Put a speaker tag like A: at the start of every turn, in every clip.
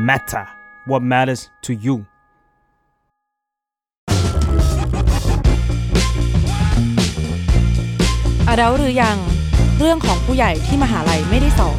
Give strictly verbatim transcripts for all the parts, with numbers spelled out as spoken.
A: matter what matters to you
B: อดัลหรือยังเรื่องของผู้ใหญ่ที่มหาลัยไม่ได้สอน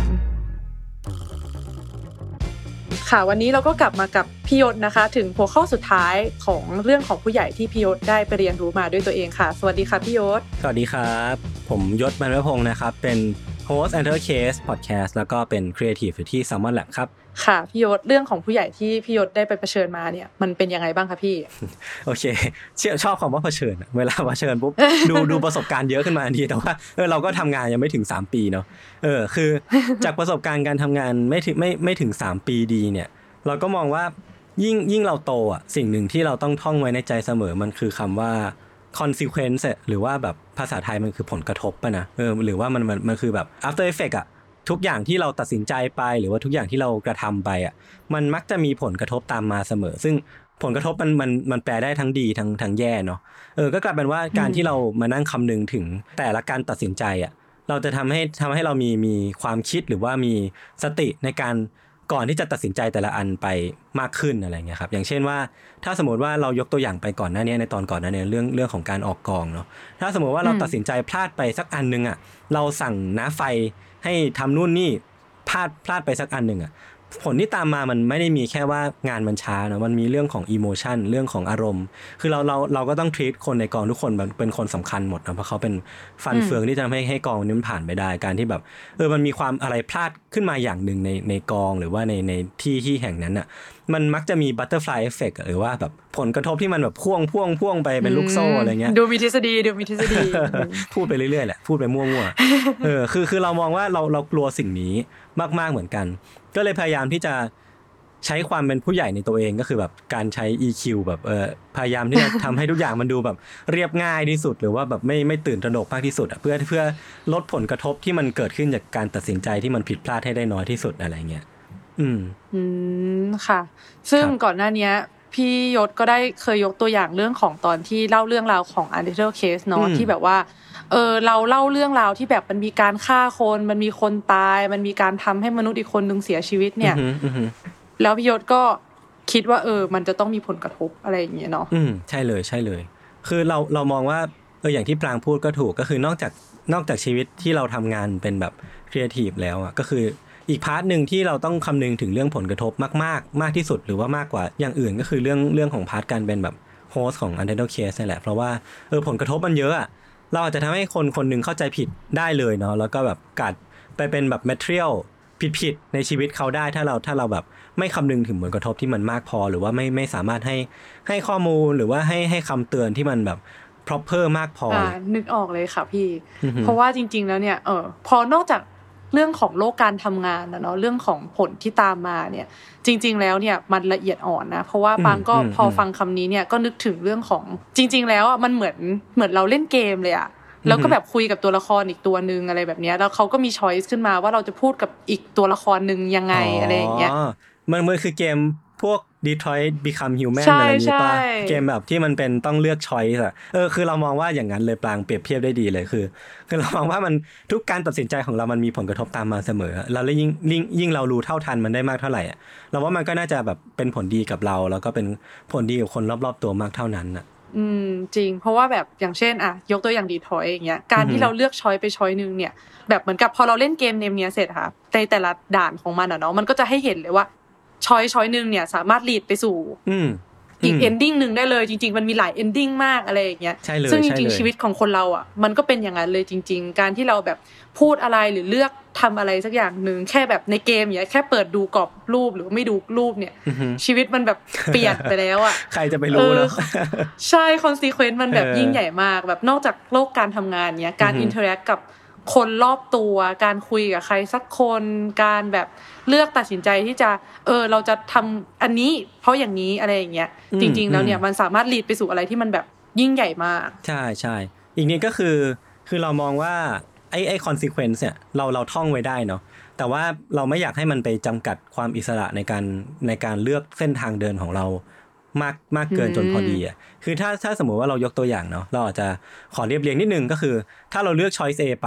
B: ค่ะวันนี้เราก็กลับมากับพี่ยศนะคะถึงหัวข้อสุดท้ายของเรื่องของผู้ใหญ่ที่พี่ยศได้ไปเรียนรู้มาด้วยตัวเองค่ะสวัสดีค่ะพี่ยศ
C: สวัสดีครับผมยศบรรพพงศ์นะครับเป็นโฮสต์ Enter Case Podcast แล้วก็เป็น Creative อยู่ที่ Salmon Lab ครับ
B: ค่ะพี่ยศเรื่องของผู้ใหญ่ที่พี่ยศได้ไปเผชิญมาเนี่ยมันเป็นยังไงบ้างคะพี่
C: โอเคชอบคำว่าเผชิญเวลาเผชิญปุ๊บ ดูดูประสบการณ์เยอะขึ้นมาทันทีแต่ว่าเออเราก็ทำงานยังไม่ถึงสามปีเนาะเออคือจากประสบการณ์การทำงานไม่ถึงไม่ไม่ถึงสามปีดีเนี่ยเราก็มองว่ายิ่งยิ่งเราโตอ่ะสิ่งหนึ่งที่เราต้องท่องไว้ในใจเสมอมันคือคำว่า consequence หรือว่าแบบภาษาไทยมันคือผลกระทบป่ะนะเออหรือว่ามันมันมันคือแบบ after effect อ่ะทุกอย่างที่เราตัดสินใจไปหรือว่าทุกอย่างที่เรากระทำไปอ่ะมันมักจะมีผลกระทบตามมาเสมอซึ่งผลกระทบมันมันมันแปลได้ทั้งดีทั้งทั้งแย่เนาะเออก็กลายเป็นว่าการที่เรามานั่งคำนึงถึงแต่ละการตัดสินใจอ่ะเราจะทำให้ทำให้เรามีมีความคิดหรือว่ามีสติในการก่อนที่จะตัดสินใจแต่ละอันไปมากขึ้นอะไรเงี้ยครับอย่างเช่นว่าถ้าสมมติว่าเรายกตัวอย่างไปก่อนหน้านี้ในตอนก่อนหน้านี้เรื่องเรื่องของการออกกองเนาะถ้าสมมติว่าเราตัดสินใจพลาดไปสักอันนึงอ่ะเราสั่งน้าไฟให้ทำนู่นนี่พลาดพลาดไปสักอันนึงอ่ะผลที่ตามมามันไม่ได้มีแค่ว่างานมันช้าเนาะมันมีเรื่องของอีโมชันเรื่องของอารมณ์คือเราเราเราก็ต้องทรีตคนในกองทุกคนเป็นคนสำคัญหมดนะเพราะเขาเป็นฟันเฟืองที่จะทำให้ให้กองนี้มันผ่านไปได้การที่แบบเออมันมีความอะไรพลาดขึ้นมาอย่างนึงในในกองหรือว่าในในที่ที่แห่งนั้นอ่ะมันมักจะมีบัตเตอร์ฟลายเอฟเฟคหรือว่าแบบผลกระทบที่มันแบบพ่วงพ่วงพ่วงไปเป็นลูกโซ่อะไรเงี้ย
B: ดูมีทฤษฎีดูมีทฤษฎี
C: พูดไปเรื่อยๆแหละพูดไปมั่วๆเออคือคือเรามองว่าเราเรากลัวสิ่งนี้มากๆเหมือนกันก็เลยพยายามที่จะใช้ความเป็นผู้ใหญ่ในตัวเองก็คือแบบการใช้ อี คิว แบบเออพยายามที่จะทำให้ทุกอย่างมันดูแบบเรียบง่ายที่สุดหรือว่าแบบไม่ไม่ตื่นตระหนกมากที่สุดอ่ะเพื่อเพื่อลดผลกระทบที่มันเกิดขึ้นจากการตัดสินใจที่มันผิดพลาดให้ได้น้อยที่สุดอะไรเงี้ยอืม
B: อืมค่ะซึ่งก่อนหน้านี้พี่ยศก็ได้เคยยกตัวอย่างเรื่องของตอนที่เล่าเรื่องราวของ Untitled Case เนาะที่แบบว่าเออเราเล่าเรื่องราวที่แบบมันมีการฆ่าคนมันมีคนตายมันมีการทำให้มนุษย์อีกคนนึงเสียชีวิตเนี่ยแล้วพี่ยศก็คิดว่าเออมันจะต้องมีผลกระทบอะไรอย่างเงี้ยเนาะ
C: อืมใช่เลยใช่เลยคือเราเรามองว่าเอออย่างที่ปรางพูดก็ถูกก็คือนอกจากนอกจากชีวิตที่เราทำงานเป็นแบบครีเอทีฟแล้วอ่ะก็คืออีกพาร์ทนึงที่เราต้องคำนึงถึงเรื่องผลกระทบมากๆมากที่สุดหรือว่ามากกว่าอย่างอื่นก็คือเรื่องเรื่องของพาร์ทการเป็นแบบโฮสต์ของ Untitled Case นี่แหละเพราะว่าเออผลกระทบมันเยอะอ่ะเราอาจจะทำให้คนคนนึงเข้าใจผิดได้เลยเนาะแล้วก็แบบกัดไปเป็นแบบ material ผิดๆในชีวิตเขาได้ถ้าเราถ้าเราแบบไม่คำนึงถึงผลกระทบที่มันมากพอหรือว่าไม่ไม่สามารถให้ให้ข้อมูลหรือว่าให้ให้คำเตือนที่มันแบบ proper มากพออ่า
B: นึกออกเลยค่ะพี่เพราะว่าจริงๆแล้วเนี่ยเออพอนอกจากเรื่องของโลกการทำงานนะเนาะเรื่องของผลที่ตามมาเนี่ยจริงๆแล้วเนี่ยมันละเอียดอ่อนนะเพราะว่าปางก็พอฟังคำนี้เนี่ยก็นึกถึงเรื่องของจริงๆแล้วอ่ะมันเหมือนเหมือนเราเล่นเกมเลยอ่ะแล้วก็แบบคุยกับตัวละครอีกตัวนึงอะไรแบบนี้แล้วเขาก็มีช้อยส์ขึ้นมาว่าเราจะพูดกับอีกตัวละครนึงยังไงอะไรอย่างเงี้ย
C: มันมันคือเกมพวก Detroit Become Human อะไรอย่างงี้ป่ะเกมแบบที่มันเป็นต้องเลือก choice อ่ะเออคือเรามองว่าอย่างนั้นเลยปรางเปรียบเทียบได้ดีเลยคือคือเรามองว่ามันทุกการตัดสินใจของเรามันมีผลกระทบตามมาเสมอเราเลยยิ่งยิ่งยิ่งเรารู้เท่าทันมันได้มากเท่าไหร่อ่ะเราว่ามันก็น่าจะแบบเป็นผลดีกับเราแล้วก็เป็นผลดีกับคนรอบๆตัวมากเท่านั้นน่ะ
B: อืมจริงเพราะว่าแบบอย่างเช่นอ่ะยกตัวอย่าง Detroit อย่างเงี้ยการที่เราเลือก choice ไป choice นึงเนี่ยแบบเหมือนกับพอเราเล่นเกมเนมเนี้ยเสร็จค่ะในแต่ละด่านของมันอ่ะเนาะมันก็จะให้เห็นเลยว่าช้อยช้อยนึงเนี่ยสามารถลีดไปสู่อีก ending นึงได้เลยจริงๆมันมีหลาย ending มากอะไรอย่างเงี้ยซึ่งจริงๆชีวิตของคนเราอ่ะมันก็เป็นอย่างนั้นเลยจริงๆการที่เราแบบพูดอะไรหรือเลือกทำอะไรสักอย่างนึงแค่แบบในเกมอย่างเงี้ยแค่เปิดดูกรอบรูปหรือไม่ดูรูปเนี่ยชีวิตมันแบบเปลี่ยนไปแล้วอ่ะ
C: ใครจะไปรู้เนาะ
B: ใช่ consequence มันแบบยิ่งใหญ่มากแบบนอกจากโลกการทำงานเนี้ยการ interact กับคนรอบตัวการคุยกับใครสักคนการแบบเลือกตัดสินใจที่จะเออเราจะทำอันนี้เพราะอย่างนี้อะไรอย่างเงี้ยจริงๆแล้วเนี่ยมันสามารถลีดไปสู่อะไรที่มันแบบยิ่งใหญ่มาก
C: ใช่ใช่อีกนิดก็คือคือเรามองว่าไอ้ไอ้ consequence เนี่ยเราเราท่องไว้ได้เนาะแต่ว่าเราไม่อยากให้มันไปจำกัดความอิสระในการในการเลือกเส้นทางเดินของเรามากมากเกินจนพอดีอ่ะคือถ้าถ้าสมมุติว่าเรายกตัวอย่างเนาะเราอาจจะขอเรียบเรียงนิดนึงก็คือถ้าเราเลือก choice A ไปอ่ะ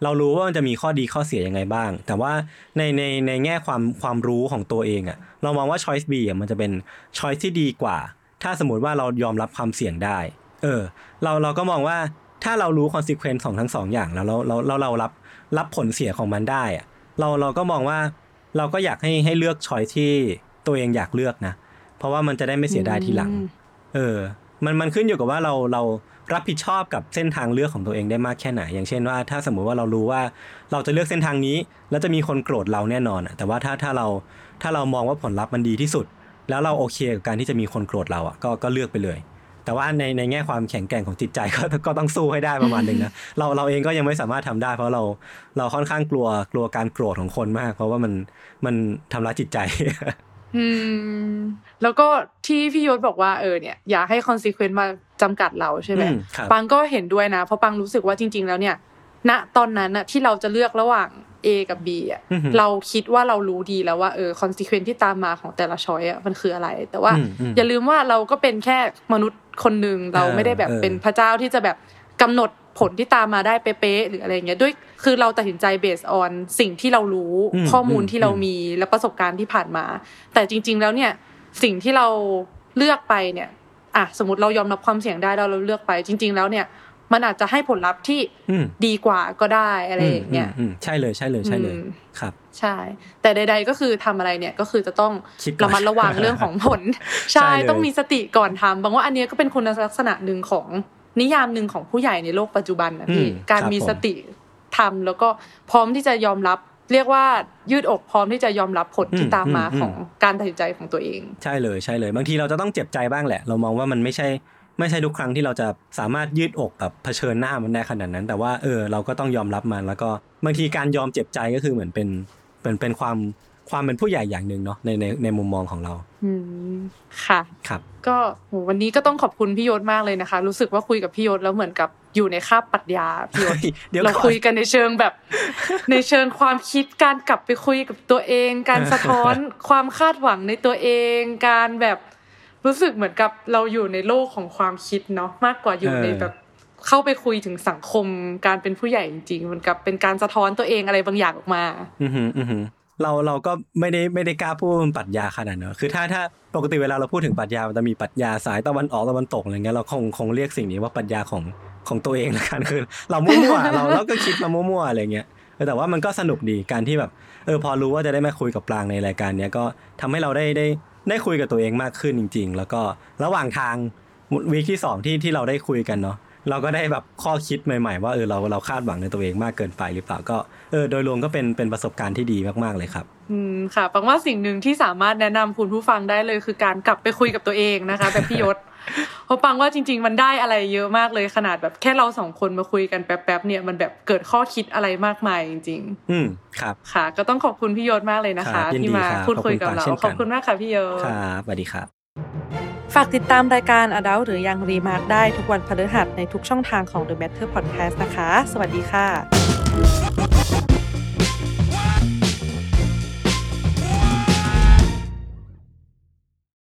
C: เรารู้ว่ามันจะมีข้อดีข้อเสียยังไงบ้างแต่ว่าในในในแง่ความความรู้ของตัวเองอ่ะเรามองว่า choice B อ่ะมันจะเป็น choice ที่ดีกว่าถ้าสมมติว่าเรายอมรับความเสี่ยงได้เออเราเราก็มองว่าถ้าเรารู้ consequence ของทั้งสองอย่างแล้วเราเราเราเรารับรับผลเสียของมันได้อ่ะเราเราก็มองว่าเราก็อยากให้ให้เลือก choice ที่ตัวเองอยากเลือกนะเพราะว่ามันจะได้ไม่เสียดายทีหลังเออมันมันขึ้นอยู่กับว่าเราเรารับผิดชอบกับเส้นทางเลือกของตัวเองได้มากแค่ไหนอย่างเช่นว่าถ้าสมมุติว่าเรารู้ว่าเราจะเลือกเส้นทางนี้แล้วจะมีคนโกรธเราแน่นอนอ่ะแต่ว่าถ้าถ้าเราถ้าเรามองว่าผลลัพธ์มันดีที่สุดแล้วเราโอเคกับการที่จะมีคนโกรธเราอ่ะก็ก็เลือกไปเลยแต่ว่าในในแง่ความแข็งแกร่งของจิตใจก็ก็ต้องสู้ให้ได้ประมาณนึงนะเราเราเองก็ยังไม่สามารถทำได้เพราะเราเราค่อนข้างกลัวกลัวการโกรธของคนมากเพราะว่ามันมันทำร้ายจิตใจ
B: อืมแล้วก็ที่พี่ยศบอกว่าเออเนี่ยอย่าให้ consequence มาจำกัดเราใช่ไหมปังก็เห็นด้วยนะเพราะปังรู้สึกว่าจริงๆแล้วเนี่ยณตอนนั้นน่ะที่เราจะเลือกระหว่าง A กับ B อ่ะเราคิดว่าเรารู้ดีแล้วว่าเออ consequence ที่ตามมาของแต่ละ choice อ่ะมันคืออะไรแต่ว่าอย่าลืมว่าเราก็เป็นแค่มนุษย์คนนึงเราไม่ได้แบบเป็นพระเจ้าที่จะแบบกำหนดผลที่ตามมาได้เป๊ะๆหรืออะไรเงี้ยด้วยคือเราตัดสินใจ based on สิ่งที่เรารู้ข้อมูลที่เรามีและประสบการณ์ที่ผ่านมาแต่จริงๆแล้วเนี่ยสิ่งที่เราเลือกไปเนี่ยอ่ะสมมติเรายอมรับความเสี่ยงได้เราเราเลือกไปจริงๆแล้วเนี่ยมันอาจจะให้ผลลัพธ์ที่ดีกว่าก็ได้อะไรอย่างเงี้ย
C: ใช่เลยใช่เลยใช่เลยครับ
B: ใช่แต่ใดๆก็คือทำอะไรเนี่ยก็คือจะต้องระมัดระวังเรื่องของผลใช่ต้องมีสติก่อนทำบางว่าอันนี้ก็เป็นคุณลักษณะนึงของนิยามนึงของผู้ใหญ่ในโลกปัจจุบันนะพี่การมีสติทำแล้วก็พร้อมที่จะยอมรับเรียกว่ายืดอกพร้อมที่จะยอมรับผลที่ตามมาของการตัดสินใจของตัวเอง
C: ใช่เลยใช่เลยบางทีเราจะต้องเจ็บใจบ้างแหละเรามองว่ามันไม่ใช่ไม่ใช่ทุกครั้งที่เราจะสามารถยืดอกแบบเผชิญหน้ามันได้ขนาดนั้นแต่ว่าเออเราก็ต้องยอมรับมันแล้วก็บางทีการยอมเจ็บใจก็คือเหมือนเป็นเป็นเป็นความความเป็นผู้ใหญ่อย่างนึงเนาะในในในมุมมองของเรา
B: อืมค่ะ
C: ครับ
B: ก็โหวันนี้ก็ต้องขอบคุณพี่ยศมากเลยนะคะรู้สึกว่าคุยกับพี่ยศแล้วเหมือนกับอยู่ในคาบปรัชญาพี่ยศ เราคุยกันในเชิงแบบในเชิงความคิดการกลับไปคุยกับตัวเองการสะท้อนความคาดหวังในตัวเองการแบบรู้สึกเหมือนกับเราอยู่ในโลกของความคิดเนาะมากกว่าอยู่ในแบบเข้าไปคุยถึงสังคมการเป็นผู้ใหญ่จริงๆเหมือนกับเป็นการสะท้อนตัวเองอะไรบางอย่างออกมา
C: อือหืออือหือเราเราก็ไม่ได้ไม่ได้กล้าพูดปรัชญาขนาดนั้นคือถ้าถ้าปกติเวลาเราพูดถึงปรัชญามันจะมีปรัชญาสายตะวันออกตะวันตกอะไรเงี้ยเราคงคงเรียกสิ่งนี้ว่าปรัชญาของของตัวเองละกันคือเรามั่วๆเราเราก็คิดมามั่วๆอะไรเงี้ยแต่ว่ามันก็สนุกดีการที่แบบเออพอรู้ว่าจะได้มาคุยกับปรางในรายการเนี้ยก็ทำให้เราได้ได้ได้คุยกับตัวเองมากขึ้นจริงๆแล้วก็ระหว่างทางวีคที่สองที่ที่เราได้คุยกันเนาะเราก็ได้แบบข้อคิดใหม่ๆว่าเออเราเราคาดหวังในตัวเองมากเกินไปหรือเปล่าก็เออโดยรวมก็เป็นเป็นประสบการณ์ที่ดีมากๆเลยครับ
B: อืมค่ะปังว่าสิ่งหนึ่งที่สามารถแนะนำคุณผู้ฟังได้เลยคือการกลับไปคุยกับตัวเองนะคะแบบพี่ยศเพราะปังว่าจริงๆมันได้อะไรเยอะมากเลยขนาดแบบแค่เราสองคนมาคุยกันแป๊บๆเนี่ยมันแบบเกิดข้อคิดอะไรมากมายจริง
C: ๆอืมครับ
B: ค่ะก็ต้องขอบคุณพี่ยศมากเลยนะคะที่มาพูดคุยกับเราขอบคุณมากค่ะพี่ยศ
C: ครับสวัสดีครับ
B: ฝากติดตามรายการ Adult หรือยัง Remark ได้ทุกวันพฤหัสในทุกช่องทางของ The Matter Podcast นะคะสวัสดีค่ะ